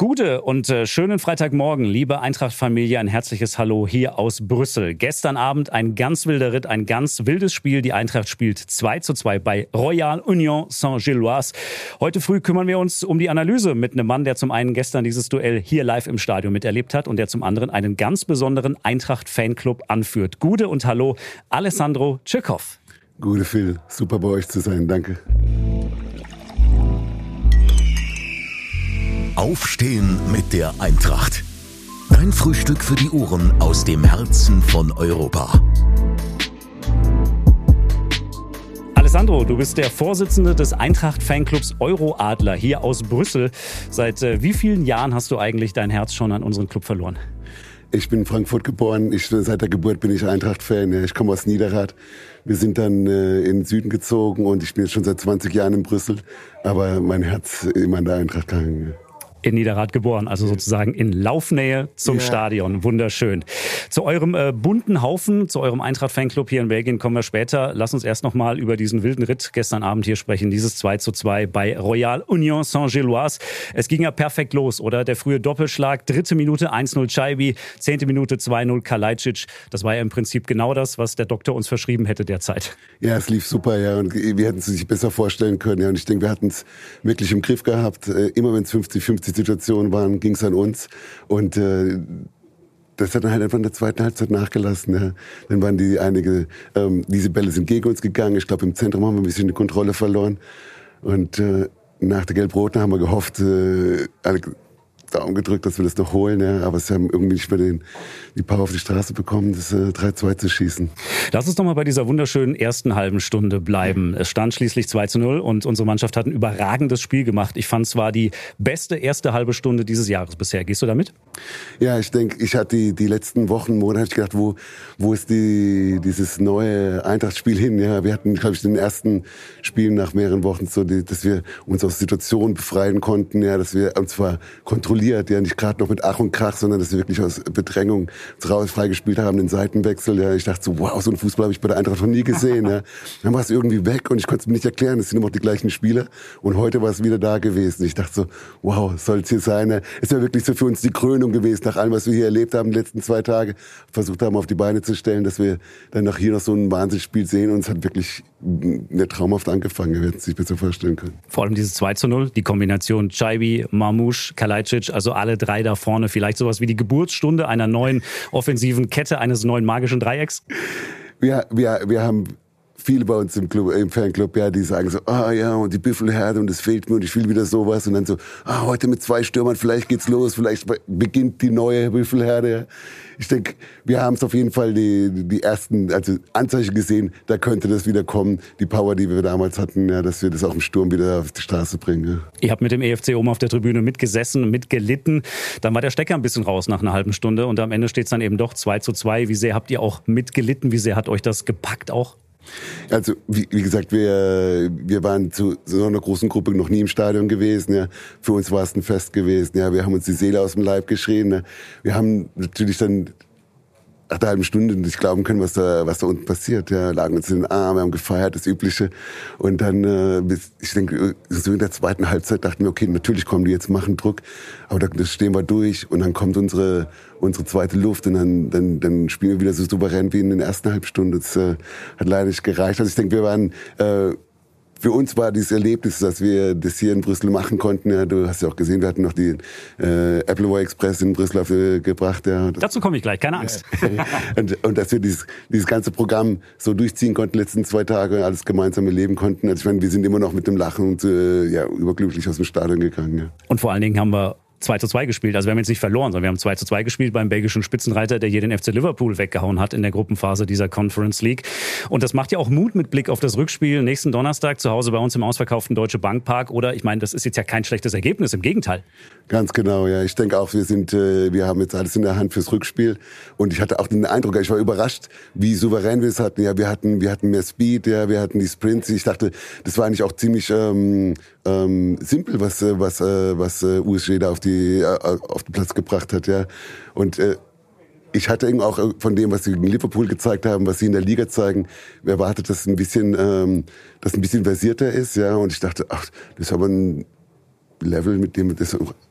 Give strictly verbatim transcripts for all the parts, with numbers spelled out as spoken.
Gute und äh, schönen Freitagmorgen, liebe Eintracht-Familie, ein herzliches Hallo hier aus Brüssel. Gestern Abend ein ganz wilder Ritt, ein ganz wildes Spiel. Die Eintracht spielt zwei zu zwei bei Royal Union Saint-Gilloise. Heute früh kümmern wir uns um die Analyse mit einem Mann, der zum einen gestern dieses Duell hier live im Stadion miterlebt hat und der zum anderen einen ganz besonderen Eintracht-Fanclub anführt. Gute und Hallo, Alessandro Tschirkow. Gute Phil, super bei euch zu sein, danke. Aufstehen mit der Eintracht. Dein Frühstück für die Ohren aus dem Herzen von Europa. Alessandro, du bist der Vorsitzende des Eintracht-Fanclubs Euroadler hier aus Brüssel. Seit äh, wie vielen Jahren hast du eigentlich dein Herz schon an unseren Club verloren? Ich bin in Frankfurt geboren. Ich, seit der Geburt bin ich Eintracht-Fan. Ich komme aus Niederrad. Wir sind dann äh, in den Süden gezogen und ich bin jetzt schon seit zwanzig Jahren in Brüssel. Aber mein Herz immer an der Eintracht gehangen. In Niederrad geboren, also sozusagen in Laufnähe zum yeah. Stadion. Wunderschön. Zu eurem äh, bunten Haufen, zu eurem Eintracht-Fanclub hier in Belgien kommen wir später. Lass uns erst noch mal über diesen wilden Ritt gestern Abend hier sprechen. Dieses zwei zu zwei bei Royal Union Saint-Gilloise. Es ging ja perfekt los, oder? Der frühe Doppelschlag, dritte Minute eins null Chaibi, zehnte Minute zwei null Kalajdzic. Das war ja im Prinzip genau das, was der Doktor uns verschrieben hätte derzeit. Ja, es lief super, ja. Und wir hätten es sich besser vorstellen können. Ja. Und ich denke, wir hatten es wirklich im Griff gehabt. Immer wenn es fünfzig fünfzig Situationen waren, ging es an uns. Und äh, das hat dann halt einfach in der zweiten Halbzeit nachgelassen. Ja. Dann waren die einige, ähm, diese Bälle sind gegen uns gegangen. Ich glaube, im Zentrum haben wir ein bisschen die Kontrolle verloren. Und äh, nach der Gelb-Roten haben wir gehofft, äh, alle Daumen gedrückt, dass wir das noch holen, ja, aber sie haben irgendwie nicht mehr den, die Power auf die Straße bekommen, das äh, drei zwei zu schießen. Lass uns doch mal bei dieser wunderschönen ersten halben Stunde bleiben. Es stand schließlich zwei zu null und unsere Mannschaft hat ein überragendes Spiel gemacht. Ich fand, es war die beste erste halbe Stunde dieses Jahres bisher. Gehst du damit? Ja, ich denke, ich hatte die, die letzten Wochen, Monate, ich gedacht, wo, wo ist die, dieses neue Eintracht-Spiel hin? Ja, wir hatten, glaube ich, den ersten Spielen nach mehreren Wochen so, die, dass wir uns aus Situationen befreien konnten, ja, dass wir, und zwar kontrolliert, ja, nicht gerade noch mit Ach und Krach, sondern dass wir wirklich aus Bedrängung raus freigespielt haben, den Seitenwechsel. Ja, ich dachte so, wow, so einen Fußball habe ich bei der Eintracht noch nie gesehen. Ja. Dann war es irgendwie weg und ich konnte es mir nicht erklären. Es sind immer noch die gleichen Spieler und heute war es wieder da gewesen. Ich dachte so, wow, soll es hier sein? Ja. Es wäre wirklich so für uns die Krönung gewesen, nach allem, was wir hier erlebt haben, die letzten zwei Tage, versucht haben, auf die Beine zu stellen, dass wir dann nach hier noch so ein Wahnsinnsspiel sehen und es hat wirklich ja, traumhaft angefangen. Wir hätten es sich besser vorstellen können. Vor allem dieses zwei zu null, die Kombination Chaibi, Marmoush, Kalajdzic, also alle drei da vorne, vielleicht sowas wie die Geburtsstunde einer neuen offensiven Kette, eines neuen magischen Dreiecks? Wir, wir, wir haben viele bei uns im Club, im Fanclub, ja, die sagen so, ah ja, und die Büffelherde und das fehlt mir und ich will wieder sowas und dann so, ah, heute mit zwei Stürmern, vielleicht geht's los, vielleicht beginnt die neue Büffelherde. Ich denke, wir haben es auf jeden Fall die, die ersten also Anzeichen gesehen, da könnte das wieder kommen, die Power, die wir damals hatten, ja, dass wir das auch im Sturm wieder auf die Straße bringen. Ja. Ihr habt mit dem E F C oben auf der Tribüne mitgesessen, mitgelitten, dann war der Stecker ein bisschen raus nach einer halben Stunde und am Ende steht es dann eben doch zwei zu zwei. Wie sehr habt ihr auch mitgelitten, wie sehr hat euch das gepackt auch? Also wie, wie gesagt, wir wir waren zu so einer großen Gruppe noch nie im Stadion gewesen. Ja. Für uns war es ein Fest gewesen. Ja. Wir haben uns die Seele aus dem Leib geschrien. Ja. Wir haben natürlich dann nach einer halben Stunde nicht glauben können, was da was da unten passiert. Ja. Lagen uns in den Armen, haben gefeiert, das Übliche. Und dann, äh, bis, ich denke, so in der zweiten Halbzeit dachten wir, okay, natürlich kommen die jetzt, machen Druck, aber da, das stehen wir durch. Und dann kommt unsere unsere zweite Luft und dann dann dann spielen wir wieder so souverän wie in den ersten Halbstunden. Das äh, hat leider nicht gereicht. Also ich denke, wir waren äh, für uns war dieses Erlebnis, dass wir das hier in Brüssel machen konnten. Ja, du hast ja auch gesehen, wir hatten noch die äh, Appleboy Express in Brüssel auf, äh, gebracht. Ja. Dazu komme ich gleich, keine Angst. Ja. und, und dass wir dieses, dieses ganze Programm so durchziehen konnten, die letzten zwei Tage, alles gemeinsam erleben konnten. Also ich meine, wir sind immer noch mit dem Lachen und äh, ja, überglücklich aus dem Stadion gegangen. Ja. Und vor allen Dingen haben wir zwei zu zwei gespielt. Also wir haben jetzt nicht verloren, sondern wir haben zwei zu zwei gespielt beim belgischen Spitzenreiter, der hier den F C Liverpool weggehauen hat in der Gruppenphase dieser Conference League. Und das macht ja auch Mut mit Blick auf das Rückspiel nächsten Donnerstag zu Hause bei uns im ausverkauften Deutsche Bank Park. Oder ich meine, das ist jetzt ja kein schlechtes Ergebnis, im Gegenteil. Ganz genau, ja. Ich denke auch, wir sind, äh, wir haben jetzt alles in der Hand fürs Rückspiel. Und ich hatte auch den Eindruck, ich war überrascht, wie souverän wir es hatten. Ja, wir hatten, wir hatten mehr Speed, ja, wir hatten die Sprints. Ich dachte, das war eigentlich auch ziemlich ähm, ähm, simpel, was was was U S G da auf die äh, auf den Platz gebracht hat, ja. Und äh, ich hatte eben auch von dem, was sie gegen Liverpool gezeigt haben, was sie in der Liga zeigen, erwartet, dass ein bisschen, ähm, das ein bisschen versierter ist, ja. Und ich dachte, ach, das ist aber ein Level, mit dem das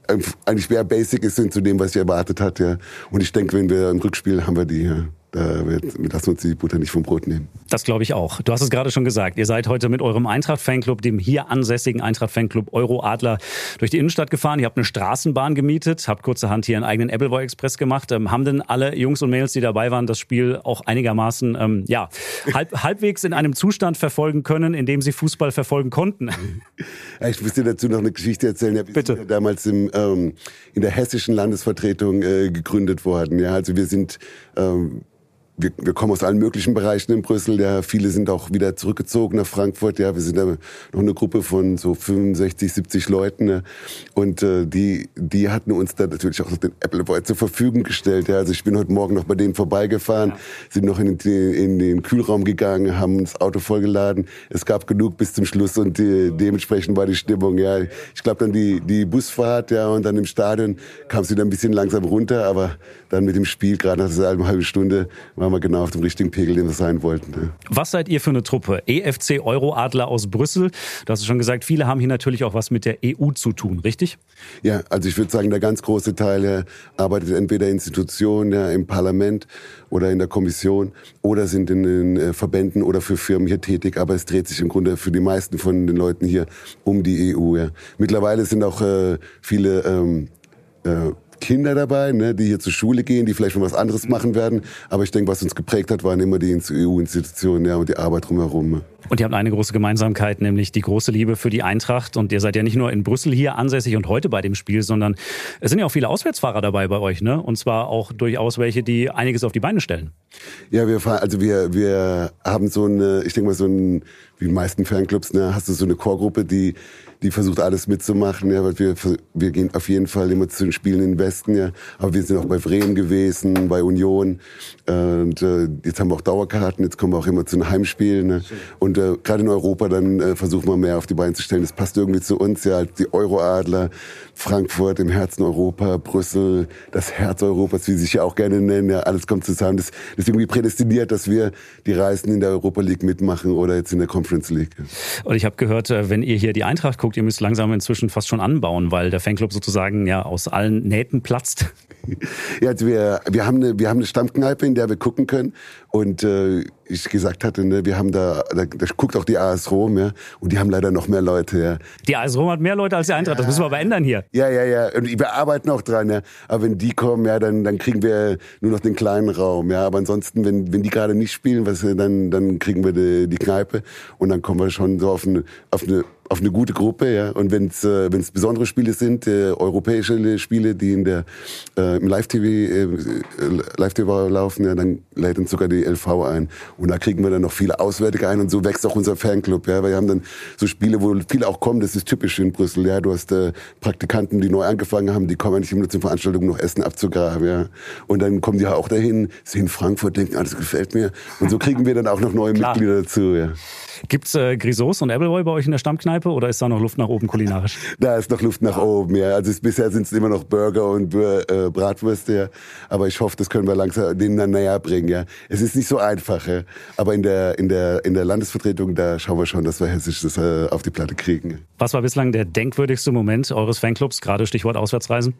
eigentlich mehr basic ist zu dem, was ich erwartet hatte. Ja. Und ich denke, wenn wir im Rückspiel haben wir die, ja. Da wird, lassen uns die Butter nicht vom Brot nehmen. Das glaube ich auch. Du hast es gerade schon gesagt. Ihr seid heute mit eurem Eintracht-Fanclub, dem hier ansässigen Eintracht-Fanclub Euroadler, durch die Innenstadt gefahren. Ihr habt eine Straßenbahn gemietet, habt kurzerhand hier einen eigenen Appleboy Express gemacht. Ähm, haben denn alle Jungs und Mädels, die dabei waren, das Spiel auch einigermaßen ähm, ja, halb, halbwegs in einem Zustand verfolgen können, in dem sie Fußball verfolgen konnten? Ja, ich muss dir dazu noch eine Geschichte erzählen. Ja, wir Bitte. sind ja damals im, ähm, in der hessischen Landesvertretung äh, gegründet worden. Ja, also wir sind... Ähm, Wir, wir kommen aus allen möglichen Bereichen in Brüssel. Ja, viele sind auch wieder zurückgezogen nach Frankfurt. Ja, wir sind da noch eine Gruppe von so fünfundsechzig, siebzig Leuten. Ja. Und äh, die, die hatten uns da natürlich auch den Appleboy zur Verfügung gestellt. Ja. Also ich bin heute Morgen noch bei denen vorbeigefahren, ja. sind noch in den, in den Kühlraum gegangen, haben das Auto vollgeladen. Es gab genug bis zum Schluss und die, dementsprechend war die Stimmung. Ja. Ich glaube dann die, die Busfahrt, ja, und dann im Stadion kam es wieder ein bisschen langsam runter, aber dann mit dem Spiel, gerade nach dieser halben halben Stunde, waren wir genau auf dem richtigen Pegel, den wir sein wollten. Ne? Was seid ihr für eine Truppe? E F C Euroadler aus Brüssel. Du hast es schon gesagt, viele haben hier natürlich auch was mit der E U zu tun, richtig? Ja, also ich würde sagen, der ganz große Teil ja, arbeitet entweder in Institutionen, ja, im Parlament oder in der Kommission oder sind in den äh, Verbänden oder für Firmen hier tätig. Aber es dreht sich im Grunde für die meisten von den Leuten hier um die E U. Ja. Mittlerweile sind auch äh, viele ähm, äh, Kinder dabei, ne, die hier zur Schule gehen, die vielleicht schon was anderes machen werden. Aber ich denke, was uns geprägt hat, waren immer die E U-Institutionen, ja, und die Arbeit drumherum. Und ihr habt eine große Gemeinsamkeit, nämlich die große Liebe für die Eintracht. Und ihr seid ja nicht nur in Brüssel hier ansässig und heute bei dem Spiel, sondern es sind ja auch viele Auswärtsfahrer dabei bei euch, ne? Und zwar auch durchaus welche, die einiges auf die Beine stellen. Ja, wir fahren, also wir, wir haben so eine, ich denke mal so ein, wie die meisten Fanclubs, ne, hast du so eine Chorgruppe, die die versucht alles mitzumachen, ja, weil wir wir gehen auf jeden Fall immer zu den Spielen in den Westen, ja, aber wir sind auch bei Bremen gewesen, bei Union und äh, jetzt haben wir auch Dauerkarten, jetzt kommen wir auch immer zu den Heimspielen, ne? Und äh, gerade in Europa dann äh, versuchen wir mehr auf die Beine zu stellen. Das passt irgendwie zu uns, ja, die Euroadler, Frankfurt im Herzen Europa, Brüssel, das Herz Europas, wie sie sich ja auch gerne nennen, ja, alles kommt zusammen. Das, das ist irgendwie prädestiniert, dass wir die Reisen in der Europa League mitmachen oder jetzt in der Conference League. Und ich habe gehört, wenn ihr hier die Eintracht guckt, ihr müsst langsam inzwischen fast schon anbauen, weil der Fanclub sozusagen ja aus allen Nähten platzt. Ja, also wir, wir haben eine, wir haben eine Stammkneipe, in der wir gucken können. Und äh, ich gesagt hatte, ne, wir haben da, da, da guckt auch die A S Rom, ja, und die haben leider noch mehr Leute, ja. Die A S Rom hat mehr Leute als die Eintracht, ja. Das müssen wir aber ändern hier. Ja, ja, ja, und wir arbeiten auch dran, ja. Aber wenn die kommen, ja, dann, dann kriegen wir nur noch den kleinen Raum, ja. Aber ansonsten, wenn, wenn die gerade nicht spielen, was, dann, dann kriegen wir die, die Kneipe und dann kommen wir schon so auf eine, auf eine auf eine gute Gruppe, ja. Und wenn es äh, wenn es besondere Spiele sind, äh, europäische Spiele, die in der äh, im Live-T V äh, Live-T V laufen, ja, dann lädt uns sogar die L V ein. Und da kriegen wir dann noch viele Auswärtige ein und so wächst auch unser Fanclub, ja. Weil wir haben dann so Spiele, wo viele auch kommen. Das ist typisch in Brüssel, ja. Du hast äh, Praktikanten, die neu angefangen haben, die kommen ja nicht immer zur Veranstaltung, um noch Essen abzugraben, ja. Und dann kommen die auch dahin, sehen Frankfurt, denken, ah, das gefällt mir. Und so kriegen wir dann auch noch neue Klar. Mitglieder dazu, ja. Gibt's äh, Grisauds und Appleboy bei euch in der Stammkneipe oder ist da noch Luft nach oben kulinarisch? Da ist noch Luft nach oben, ja. Also es, bisher sind es immer noch Burger und äh, Bratwürste, ja. Aber ich hoffe, das können wir langsam denen dann näher bringen, ja. Es ist nicht so einfach, ja. Aber in der in der in der Landesvertretung, da schauen wir schon, dass wir Hessisch das äh, auf die Platte kriegen. Was war bislang der denkwürdigste Moment eures Fanclubs, gerade Stichwort Auswärtsreisen?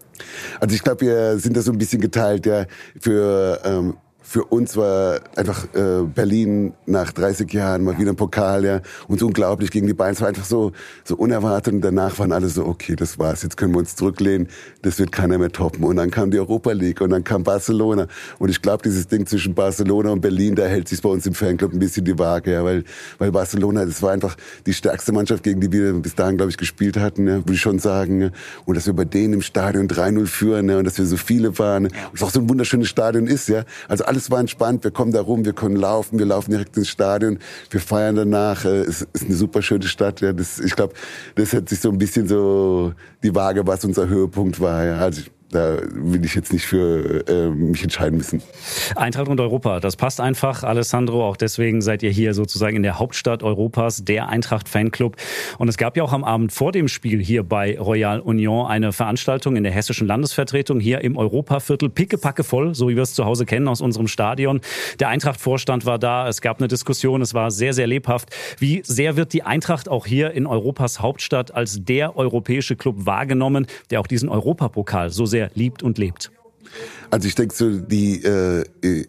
Also ich glaube, wir sind da so ein bisschen geteilt, ja. Für ähm, Für uns war einfach äh, Berlin nach dreißig Jahren mal wieder ein Pokal, ja, und so unglaublich gegen die Bayern. Es war einfach so so unerwartet und danach waren alle so, okay, das war's, jetzt können wir uns zurücklehnen, das wird keiner mehr toppen. Und dann kam die Europa League und dann kam Barcelona. Und ich glaube, dieses Ding zwischen Barcelona und Berlin, da hält sich bei uns im Fanclub ein bisschen die Waage, ja, weil weil Barcelona, das war einfach die stärkste Mannschaft, gegen die wir bis dahin, glaube ich, gespielt hatten, ja, würde ich schon sagen. Ja. Und dass wir bei denen im Stadion drei null führen, ja, und dass wir so viele waren, und es auch so ein wunderschönes Stadion ist, ja. Also alles war entspannt, wir kommen da rum, wir können laufen, wir laufen direkt ins Stadion, wir feiern danach, es ist eine super schöne Stadt, ja, das, ich glaube, das hat sich so ein bisschen so die Waage, was unser Höhepunkt war, ja, also da will ich jetzt nicht für äh, mich entscheiden müssen. Eintracht und Europa, das passt einfach, Alessandro. Auch deswegen seid ihr hier sozusagen in der Hauptstadt Europas, der Eintracht-Fanclub. Und es gab ja auch am Abend vor dem Spiel hier bei Royal Union eine Veranstaltung in der hessischen Landesvertretung hier im Europaviertel. Pickepacke voll, so wie wir es zu Hause kennen aus unserem Stadion. Der Eintracht-Vorstand war da, es gab eine Diskussion, es war sehr, sehr lebhaft. Wie sehr wird die Eintracht auch hier in Europas Hauptstadt als der europäische Club wahrgenommen, der auch diesen Europapokal so sehr liebt und lebt? Also ich denke so, die, äh,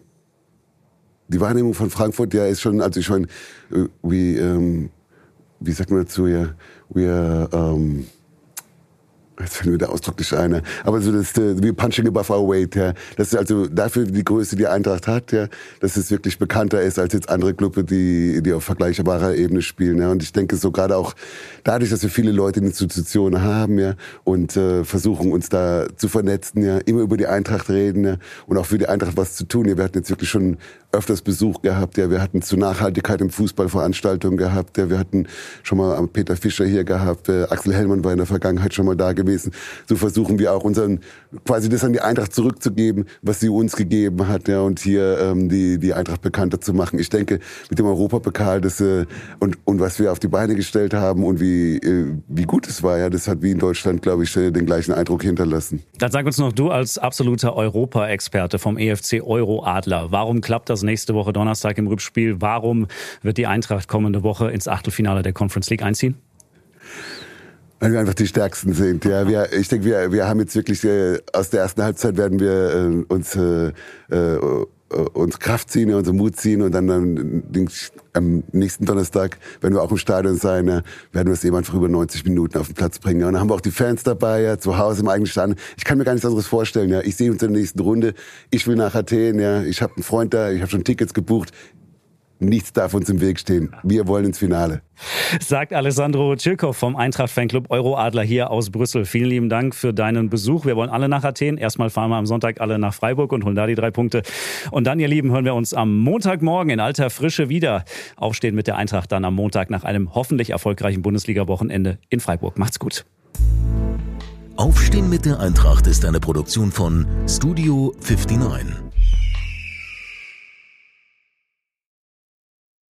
die Wahrnehmung von Frankfurt, ja, ist schon, also ich meine, wie, ähm, wie sagt man dazu, ja, wir, ähm, jetzt fällt mir der Ausdruck nicht ein, aber so das, wir punching above our weight, ja. Das ist also dafür die Größe, die Eintracht hat, ja, dass es wirklich bekannter ist als jetzt andere Clubs, die, die auf vergleichbarer Ebene spielen, ja. Und ich denke so gerade auch dadurch, dass wir viele Leute in Institutionen haben, ja, und äh, versuchen uns da zu vernetzen, ja, immer über die Eintracht reden, ja, und auch für die Eintracht was zu tun. Ja, wir hatten jetzt wirklich schon öfters Besuch gehabt, ja, wir hatten zur Nachhaltigkeit im Fußball Veranstaltungen gehabt, ja, wir hatten schon mal Peter Fischer hier gehabt, äh, Axel Hellmann war in der Vergangenheit schon mal da gewesen. So versuchen wir auch unseren, quasi das an die Eintracht zurückzugeben, was sie uns gegeben hat, ja, und hier ähm, die die Eintracht bekannter zu machen. Ich denke, mit dem Europapokal, das äh, und und was wir auf die Beine gestellt haben und wie äh, wie gut es war, ja, das hat wie in Deutschland, glaube ich, äh, den gleichen Eindruck hinterlassen. Dann sag uns noch, du als absoluter Europa-Experte vom E F C Euro-Adler, warum klappt das nächste Woche Donnerstag im Rückspiel? Warum wird die Eintracht kommende Woche ins Achtelfinale der Conference League einziehen? Weil wir einfach die Stärksten sind. Ja, wir, ich denke, wir, wir haben jetzt wirklich äh, aus der ersten Halbzeit werden wir äh, uns äh, äh, uns Kraft ziehen, unseren Mut ziehen und dann am, am nächsten Donnerstag werden wir auch im Stadion sein, ja, werden wir es eben einfach über neunzig Minuten auf den Platz bringen. Ja. Und dann haben wir auch die Fans dabei, ja, zu Hause im eigenen Stadion. Ich kann mir gar nichts anderes vorstellen. Ja. Ich sehe uns in der nächsten Runde. Ich will nach Athen. Ja. Ich habe einen Freund da. Ich habe schon Tickets gebucht. Nichts darf uns im Weg stehen. Wir wollen ins Finale. Sagt Alessandro Tschirkow vom Eintracht-Fanclub Euroadler hier aus Brüssel. Vielen lieben Dank für deinen Besuch. Wir wollen alle nach Athen. Erstmal fahren wir am Sonntag alle nach Freiburg und holen da die drei Punkte. Und dann, ihr Lieben, hören wir uns am Montagmorgen in alter Frische wieder. Aufstehen mit der Eintracht dann am Montag nach einem hoffentlich erfolgreichen Bundesliga-Wochenende in Freiburg. Macht's gut. Aufstehen mit der Eintracht ist eine Produktion von Studio neunundfünfzig.